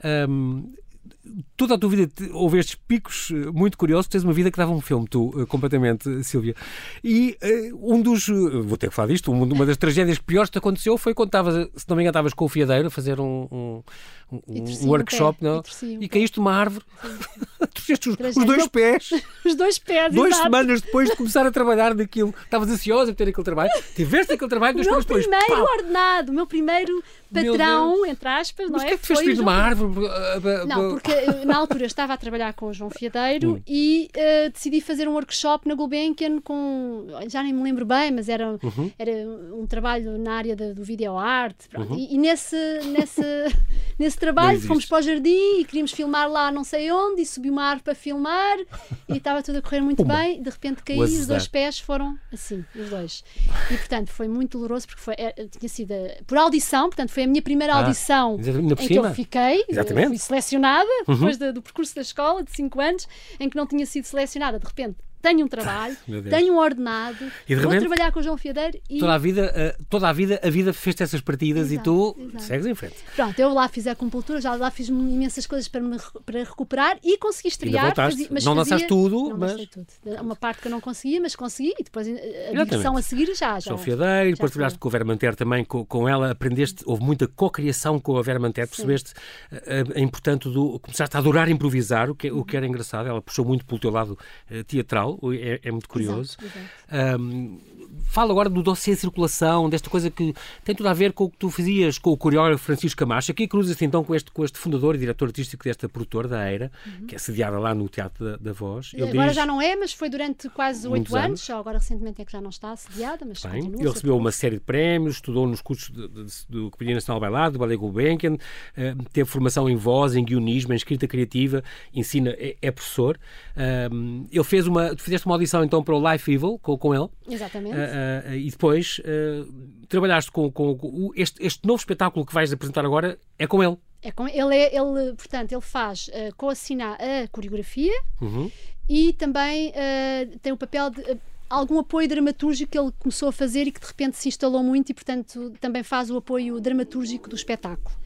Um, toda a tua vida houve estes picos muito curiosos, tens uma vida que dava um filme, tu, completamente, Sílvia. E uh, um dos, vou ter que falar disto, uma das tragédias piores que te aconteceu foi quando estavas, se não me engano, estavas com o fiadeiro a fazer um, um, um, um workshop, um não? E, e caíste de uma árvore, torceste os, os dois pés. Os dois pés, Duas exato. semanas depois de começar a trabalhar naquilo. Estavas ansiosa por ter aquele trabalho, tiveste aquele trabalho, duas semanas depois. O meu primeiro pau. ordenado, o meu primeiro patrão, entre aspas, Mas não é? Mas que é que te fez cair de uma árvore? Não, porque eu, na altura estava a trabalhar com o João Fiadeiro hum. e uh, decidi fazer um workshop na Gulbenkian com, já nem me lembro bem, mas era, uhum. era um trabalho na área da, do videoarte. Uhum. E, e nesse, nesse, nesse trabalho fomos para o jardim e queríamos filmar lá não sei onde e subi uma árvore para filmar e estava tudo a correr muito Puma. bem. De repente caí e os dois pés foram assim, os dois. E portanto foi muito doloroso porque foi, era, tinha sido por audição, portanto foi a minha primeira ah, audição em que eu fiquei, fui selecionada uhum. depois do, do percurso da escola de cinco anos, em que não tinha sido selecionada, de repente tenho um trabalho, tenho um ordenado, e de vou repente, trabalhar com o João Fiadeiro e... Toda a vida, uh, toda a vida, a vida fez-te essas partidas. Exato, e tu exato. segues em frente. Pronto, eu lá fiz a acupuntura, já lá fiz imensas coisas para, me, para recuperar e consegui estrear. Fazia, mas não dançaste tudo, não mas... tudo. Uma parte que eu não conseguia, mas consegui e depois a direção a seguir já. já João Fiadeiro, depois trabalhaste com a Vera Manter também, com, com ela, aprendeste, houve muita co-criação com a Vera Manter, percebeste a, a importância do... Começaste a adorar improvisar, o que, o que era engraçado, ela puxou muito pelo teu lado uh, teatral, é, é muito curioso. Exato, exato. Um, fala agora do dossiê de circulação, desta coisa que tem tudo a ver com o que tu fazias com o coreógrafo Francisco Camacho. Aqui cruzas-te então com este, com este fundador e diretor artístico desta produtora, da Eira, uhum. que é sediada lá no Teatro da, da Voz. Ele agora diz, já não é, mas foi durante quase oito anos, só agora recentemente é que já não está sediada, mas bem, ele recebeu uma série de prémios, estudou nos cursos de, de, de, do Companhia Nacional de Bailado, do Ballet Gulbenkian, uh, teve formação em voz, em guionismo, em escrita criativa, ensina, é, é professor. Uh, ele fez uma, tu fizeste uma audição então para o Life Evil com, com ele. Exatamente. Uh, uh, e depois uh, trabalhaste com, com, com este, este novo espetáculo que vais apresentar agora, é com ele. É com ele, é, ele, portanto, ele faz uh, co-assinar a coreografia uhum. e também uh, tem o papel de uh, algum apoio dramatúrgico que ele começou a fazer e que de repente se instalou muito e, portanto, também faz o apoio dramatúrgico do espetáculo.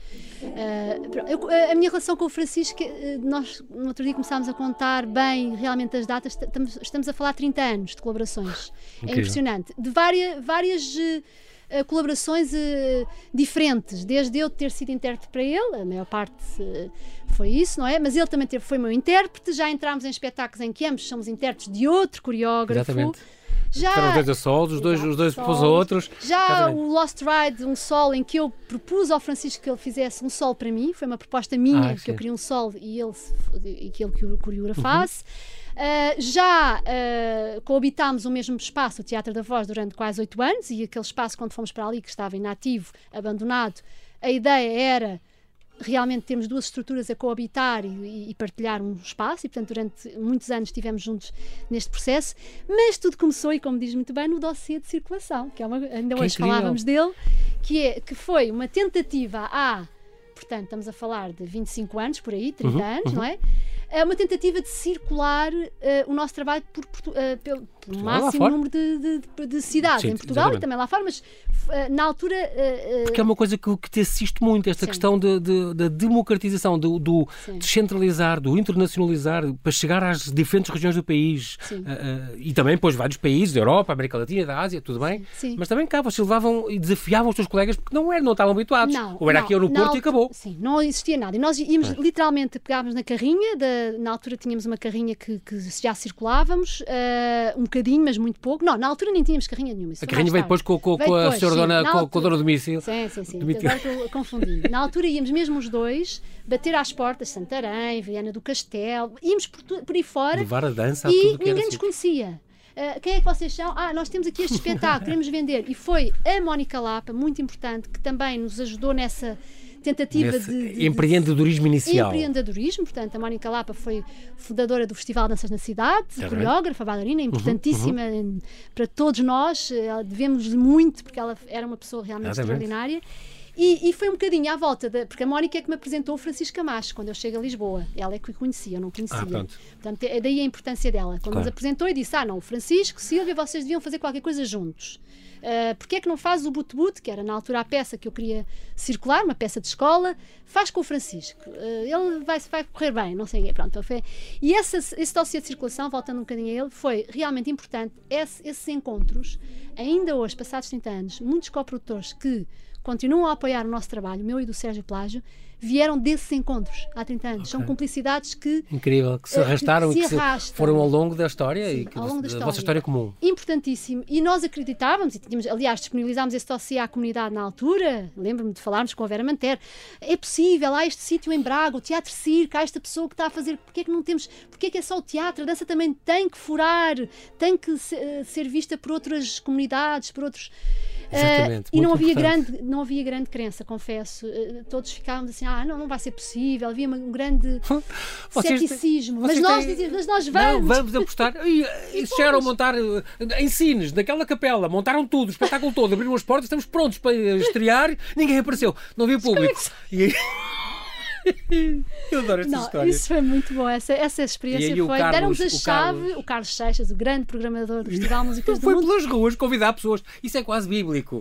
Uh, eu, a minha relação com o Francisco, nós no outro dia começámos a contar bem realmente as datas, estamos, estamos a falar de trinta anos de colaborações. Incrível. É impressionante. De várias, várias uh, colaborações uh, diferentes, desde eu ter sido intérprete para ele, a maior parte uh, foi isso, não é? Mas ele também teve, foi meu intérprete, já entramos em espetáculos em que ambos somos intérpretes de outro coreógrafo. Exatamente. Já, Ficaram os dois a solos, os dois, os dois propôs a outros. Já exatamente. O Lost Ride, um solo em que eu propus ao Francisco que ele fizesse um solo para mim, foi uma proposta minha, ah, que sim. eu queria um solo e ele e que ele coreografasse. Uhum. Uh, já uh, coabitámos o mesmo espaço, o Teatro da Voz, durante quase oito anos, e aquele espaço, quando fomos para ali, que estava inativo, abandonado, a ideia era realmente termos duas estruturas a coabitar e, e partilhar um espaço, e portanto durante muitos anos estivemos juntos neste processo, mas tudo começou, e como diz muito bem, no dossiê de circulação, que é uma, ainda que hoje incrível. falávamos dele, que, é, que foi uma tentativa há, portanto estamos a falar de vinte e cinco anos, por aí, trinta uhum, anos, uhum. não é? É uma tentativa de circular uh, o nosso trabalho por, por, uh, pelo por máximo número de, de, de cidades, sim, em Portugal exatamente. E também lá fora, mas uh, na altura... Uh, uh, Porque é uma coisa que, que te assiste muito, esta sim. questão da de, de, de democratização, do, do descentralizar, do internacionalizar, para chegar às diferentes regiões do país. Uh, uh, e também, pois, vários países, da Europa, América Latina, da Ásia, tudo bem. Sim. Mas também cá, vocês levavam e desafiavam os teus colegas, porque não, era, não estavam habituados. Não, ou era não, aqui ou no Porto e acabou. Sim, não existia nada. E nós íamos, é. literalmente, pegávamos na carrinha, da, na altura tínhamos uma carrinha que, que já circulávamos, uh, um bocadinho, mas muito pouco. Não, na altura nem tínhamos carrinha nenhuma. A carrinha veio depois com, com, veio com a senhora dona, com, altura... com a dona do domicílio. Sim, sim, sim. Agora estou confundindo. Na altura íamos mesmo os dois bater às portas, Santarém, Viana do Castelo, íamos por, tu, por aí fora. Levar a dança a e tudo que ninguém nos conhecia. Uh, quem é que vocês são? Ah, nós temos aqui este espetáculo, queremos vender. E foi a Mónica Lapa, muito importante, que também nos ajudou nessa tentativa Nesse de, de empreendedorismo de, inicial. Empreendedorismo, portanto, a Mónica Lapa foi fundadora do Festival de Danças na Cidade, é coreógrafa, bailarina, importantíssima uhum, uhum. para todos nós, devemos-lhe muito, porque ela era uma pessoa realmente exatamente. Extraordinária. E, e foi um bocadinho à volta, de, porque a Mónica é que me apresentou o Francisco Camacho quando eu chego a Lisboa. Ela é que o conhecia, eu não conhecia. Ah, portanto, é daí a importância dela. Quando claro. Nos apresentou e disse, ah não, Francisco, Sílvia, vocês deviam fazer qualquer coisa juntos. Uh, porque é que não fazes o Boot-Boot, que era na altura a peça que eu queria circular, uma peça de escola, faz com o Francisco. Uh, ele vai, vai correr bem, não sei o quê. Pronto, foi. E essa, esse dossiê de circulação, voltando um bocadinho a ele, foi realmente importante. Esse, esses encontros, ainda hoje, passados trinta anos, muitos coprodutores que continuam a apoiar o nosso trabalho, o meu e do Sérgio Plágio, vieram desses encontros há trinta anos. Okay. São cumplicidades que... Incrível, que se arrastaram que e que se foram ao longo da história. Sim, e que ao longo da, da história. vossa história comum. Importantíssimo. E nós acreditávamos, e tínhamos, aliás, disponibilizámos esse dossiê à comunidade na altura, lembro-me de falarmos com a Vera Manter, é possível, há este sítio em Braga, o Teatro Circo, há esta pessoa que está a fazer, porque é que não temos, porque é que é só o teatro? A dança também tem que furar, tem que ser, ser vista por outras comunidades, por outros... Exatamente, uh, e não havia, importante. grande, não havia grande crença, confesso. Uh, todos ficávamos assim, ah, não, não vai ser possível. Havia um grande vocês ceticismo. Mas nós têm... dizíamos, mas nós vamos. Não, vamos apostar. E, e se chegaram a montar em Sines, naquela capela, montaram tudo, o espetáculo todo, abriram as portas, estamos prontos para estrear, ninguém apareceu, não havia público. E aí... Eu adoro estas Não, histórias. isso foi muito bom, essa, essa experiência E aí o foi. Carlos- Deram-nos a o chave, Carlos- o Carlos Seixas, o grande programador do Festival de Músicas do Foi Mundo. pelas ruas convidar pessoas. Isso é quase bíblico.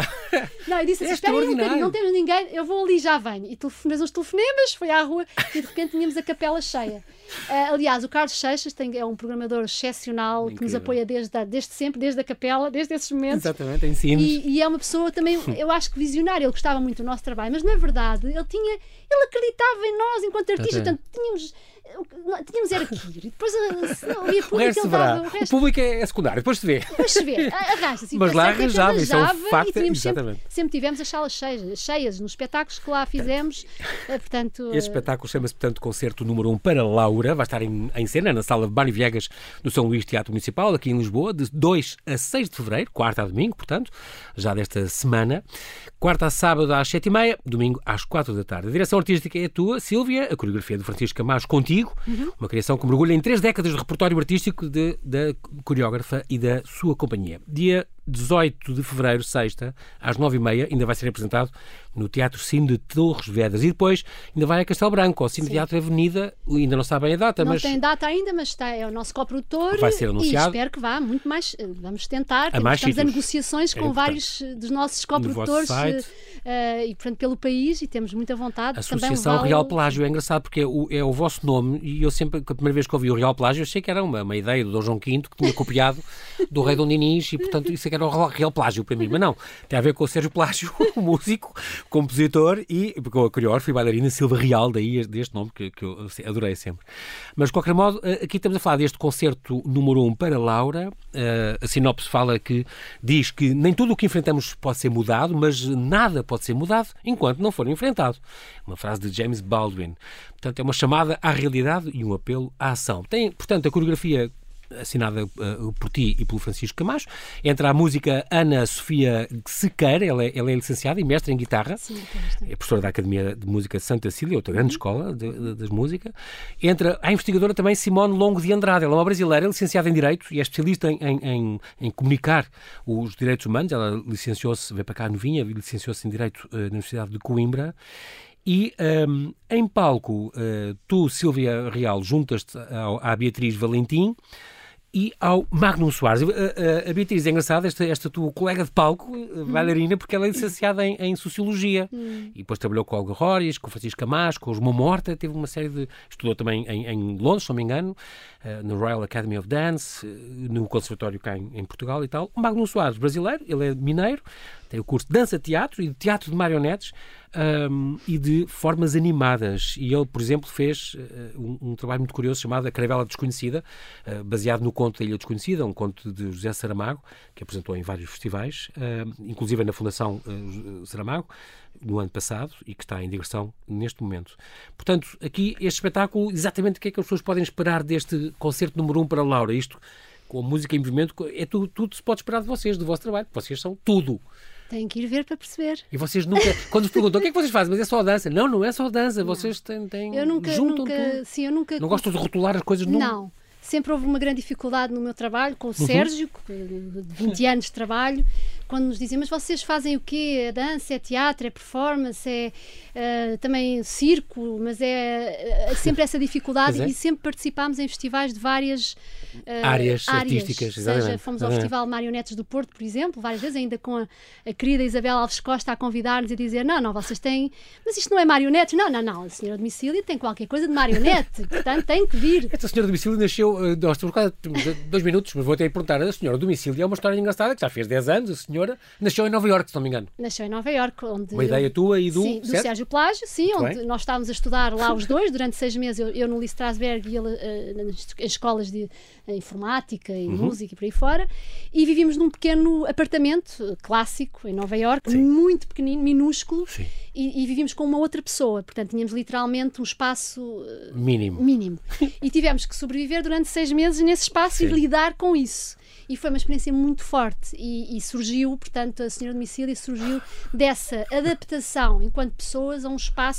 Não, eu disse assim: É espera aí um extraordinário. bocadinho, não temos ninguém, eu vou ali já venho. E telefone- fez uns telefonemas, foi à rua e de repente tínhamos a capela cheia. Ah, aliás, o Carlos Seixas tem, é um programador excepcional que nos Incrível. apoia desde, a- desde sempre, desde a capela, desde esses momentos. Exatamente, ensinos. E, e é uma pessoa também, eu acho que visionária, ele gostava muito do nosso trabalho, mas na verdade ele tinha, ele acreditava em nós enquanto artistas, Exatamente. portanto tínhamos, tínhamos era que ir. E depois a, ali a O público resto ele se verá. dava, o O resto público é secundário, depois se vê. depois se vê, arrasta-se. Mas lá arranjava, isso é um arranjava facto, e tínhamos sempre, exatamente. sempre tivemos as salas cheias, cheias nos espetáculos que lá fizemos, eh, portanto... Este espetáculo chama-se, portanto, Concerto número um para Laura. Vai estar em, em cena na sala de Mário Viegas do São Luís Teatro Municipal, aqui em Lisboa, de dois a seis de fevereiro, quarta a domingo, portanto, já desta semana. Quarta a sábado às sete e meia, domingo às quatro da tarde. A direção artística é a tua, Sílvia, a coreografia é do Francisco Camacho contigo, Uhum. uma criação que mergulha em três décadas de repertório artístico de, da coreógrafa e da sua companhia. Dia dezoito de fevereiro, sexta, às nove e meia, ainda vai ser apresentado no Teatro Cine de Torres Vedras. E depois ainda vai a Castelo Branco, ao Cine Sim. Teatro Avenida, ainda não sabem a data, Não mas tem data ainda, mas está, é o nosso coprodutor. Vai ser anunciado. E espero que vá muito mais. eh, Vamos tentar. A mais Estamos a sítios. negociações É com importante. vários eh, dos nossos vosso coprodutores site. eh, e, portanto, pelo país e temos muita vontade. a de também Associação levá-lo- Real Pelágio é engraçado porque é o, é o vosso nome e eu sempre, a primeira vez que ouvi o Real Pelágio, achei que era uma, uma ideia do Dom João quinto que tinha copiado do rei Dom Dinis e, portanto, isso é que era o Real Pelágio para mim. Mas não, tem a ver com o Sérgio Pelágio, o músico, compositor e com a coreógrafa e bailarina Silva Real, daí deste nome que, que eu adorei sempre. Mas, de qualquer modo, aqui estamos a falar deste concerto número um para Laura. A sinopse fala que diz que nem tudo o que enfrentamos pode ser mudado, mas nada pode ser mudado enquanto não for enfrentado. Uma frase de James Baldwin. Portanto, é uma chamada à realidade e um apelo à ação. Tem, portanto, a coreografia assinada uh, por ti e pelo Francisco Camacho. Entra a música Ana Sofia Sequeira, ela é, ela é licenciada e mestre em guitarra. Sim, então, É professora da Academia de Música de Santa Cília, outra grande escola de, de, de música. Entra a investigadora também Simone Longo de Andrade. Ela é uma brasileira, licenciada em Direito e é especialista em, em, em, em comunicar os direitos humanos. Ela licenciou-se, veio para cá novinha, licenciou-se em Direito uh, na Universidade de Coimbra. E um, em palco, uh, tu, Sílvia Real, juntas-te ao, à Beatriz Valentim e ao Magnum Soares. A, a, a Beatriz é engraçada, esta, esta tua colega de palco, hum. bailarina, porque ela é licenciada em, em Sociologia. Hum. E depois trabalhou com o Olga Rorias, com o Francisco Camacho, com os Mão Morta, teve uma série de... Estudou também em, em Londres, se não me engano, uh, no Royal Academy of Dance, uh, no Conservatório cá em, em Portugal e tal. O Magnum Soares, brasileiro, ele é mineiro, tem o curso de dança-teatro e de teatro de marionetes, Um, e de formas animadas. E ele, por exemplo, fez uh, um, um trabalho muito curioso chamado A Caravela Desconhecida, uh, baseado no conto da Ilha Desconhecida, um conto de José Saramago, que apresentou em vários festivais, uh, inclusive na Fundação uh, Saramago, no ano passado, e que está em digressão neste momento. Portanto, aqui este espetáculo, exatamente o que é que as pessoas podem esperar deste concerto número um para Laura? Isto, com a música em movimento, é tudo, tudo se pode esperar de vocês, do vosso trabalho, vocês são tudo. Tem que ir ver para perceber. E vocês nunca, quando vos perguntam o que é que vocês fazem, mas é só dança. Não, não é só dança, vocês têm, têm Eu nunca, juntam nunca, tudo. sim, eu nunca... Não gostam de rotular as coisas? Não. Sempre houve uma grande dificuldade no meu trabalho com o Sérgio, de vinte anos de trabalho, quando nos diziam, mas vocês fazem o quê? É dança, é teatro, é performance, é uh, também circo, mas é uh, sempre essa dificuldade é. E sempre participámos em festivais de várias uh, áreas, áreas artísticas. Seja, exatamente. fomos ao exatamente. Festival Marionetes do Porto, por exemplo, várias vezes, ainda com a, a querida Isabel Alves Costa a convidar-nos e a dizer, não, não, vocês têm, mas isto não é marionetes, não, não, não, a senhora domicílio tem qualquer coisa de marionete, portanto tem que vir. Esta senhora domicílio nasceu, uh, nós estamos quase dois minutos, mas vou até perguntar, a senhora domicílio é uma história engraçada, que já fez dez anos, a senhora nasceu em Nova Iorque, se não me engano. Nasceu em Nova Iorque, onde... Uma ideia tua e do... Sim, do certo? Sérgio Pelágio, sim, Muito onde bem. nós estávamos a estudar lá os dois durante seis meses, eu, eu no Lee Strasberg e ele uh, nas escolas de uh, informática e Uhum. música e por aí fora, e vivíamos num pequeno apartamento uh, clássico em Nova Iorque, Sim. muito pequenino, minúsculo, Sim. e, e vivíamos com uma outra pessoa, portanto tínhamos literalmente um espaço uh, Mínimo. mínimo. E tivemos que sobreviver durante seis meses nesse espaço Sim. e lidar com isso. E foi uma experiência muito forte e, e surgiu, portanto, a senhora domicílio surgiu dessa adaptação enquanto pessoas a um espaço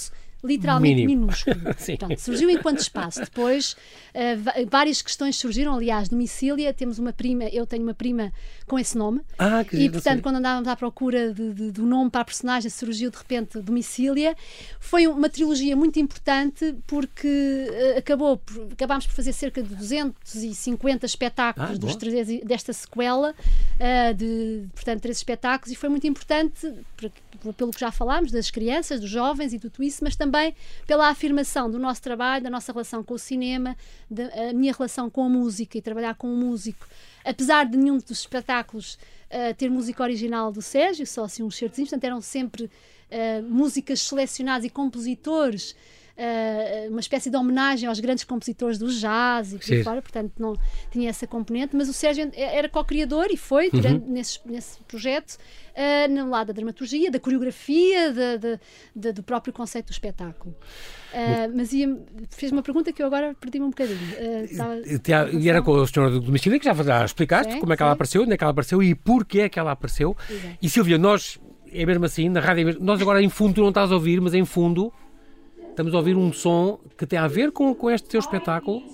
literalmente Mínimo. minúsculo. Pronto, surgiu enquanto espaço. Depois, uh, várias questões surgiram. Aliás, Domicília, temos uma prima, eu tenho uma prima com esse nome. Ah, que e, portanto, quando andávamos à procura de, de, do nome para a personagem, surgiu de repente Domicília. Foi uma trilogia muito importante porque uh, acabou por, acabámos por fazer cerca de duzentos e cinquenta espetáculos ah, dos três, desta sequela, uh, de, portanto, três espetáculos, e foi muito importante por, por, pelo que já falámos, das crianças, dos jovens e tudo isso, mas também também pela afirmação do nosso trabalho, da nossa relação com o cinema, da a minha relação com a música e trabalhar com o músico. Apesar de nenhum dos espetáculos uh, ter música original do Sérgio, só assim uns certinhos, portanto eram sempre uh, músicas selecionadas e compositores, uh, uma espécie de homenagem aos grandes compositores do jazz e por aí fora, portanto não tinha essa componente, mas o Sérgio era co-criador e foi durante, uhum. nesse, nesse projeto, uh, no lado da dramaturgia, da coreografia, de, de, de, do próprio conceito do espetáculo. Uh, mas ia, fez uma pergunta que eu agora perdi-me um bocadinho. Uh, estava, e era com o senhor do Domicílio, que já, já explicaste sim, como é que sim. ela apareceu, onde é que ela apareceu e porquê é que ela apareceu. Exato. E Sílvia, nós, é mesmo assim, na rádio, é mesmo, nós agora em fundo, tu não estás a ouvir, mas em fundo estamos a ouvir um som que tem a ver com, com este teu espetáculo.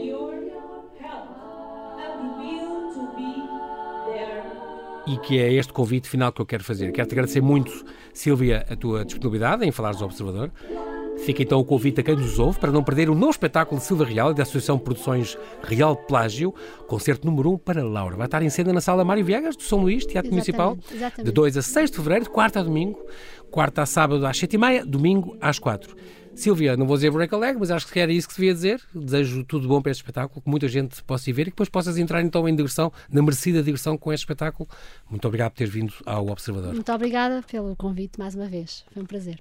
E que é este convite final que eu quero fazer. Quero-te agradecer muito, Sílvia, a tua disponibilidade em falares ao Observador. Fica então o convite a quem nos ouve para não perder o novo espetáculo de Silva Real e da Associação de Produções Real Plágio, concerto número um para Laura. Vai estar em cena na Sala Mário Viegas, do São Luís, Teatro exatamente, Municipal, exatamente. De dois a seis de fevereiro, de quarta a domingo, quarta a sábado às sete e meia, domingo às quatro. Sílvia, não vou dizer break a leg, mas acho que era isso que devia dizer. Desejo tudo bom para este espetáculo, que muita gente possa ir ver e que depois possas entrar então em digressão, na merecida digressão com este espetáculo. Muito obrigado por teres vindo ao Observador. Muito obrigada pelo convite mais uma vez. Foi um prazer.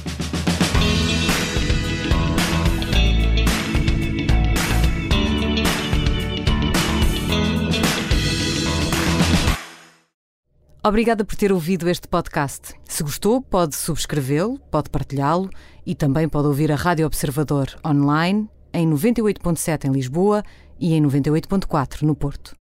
Obrigada por ter ouvido este podcast. Se gostou, pode subscrevê-lo, pode partilhá-lo e também pode ouvir a Rádio Observador online em noventa e oito ponto sete em Lisboa e em noventa e oito ponto quatro no Porto.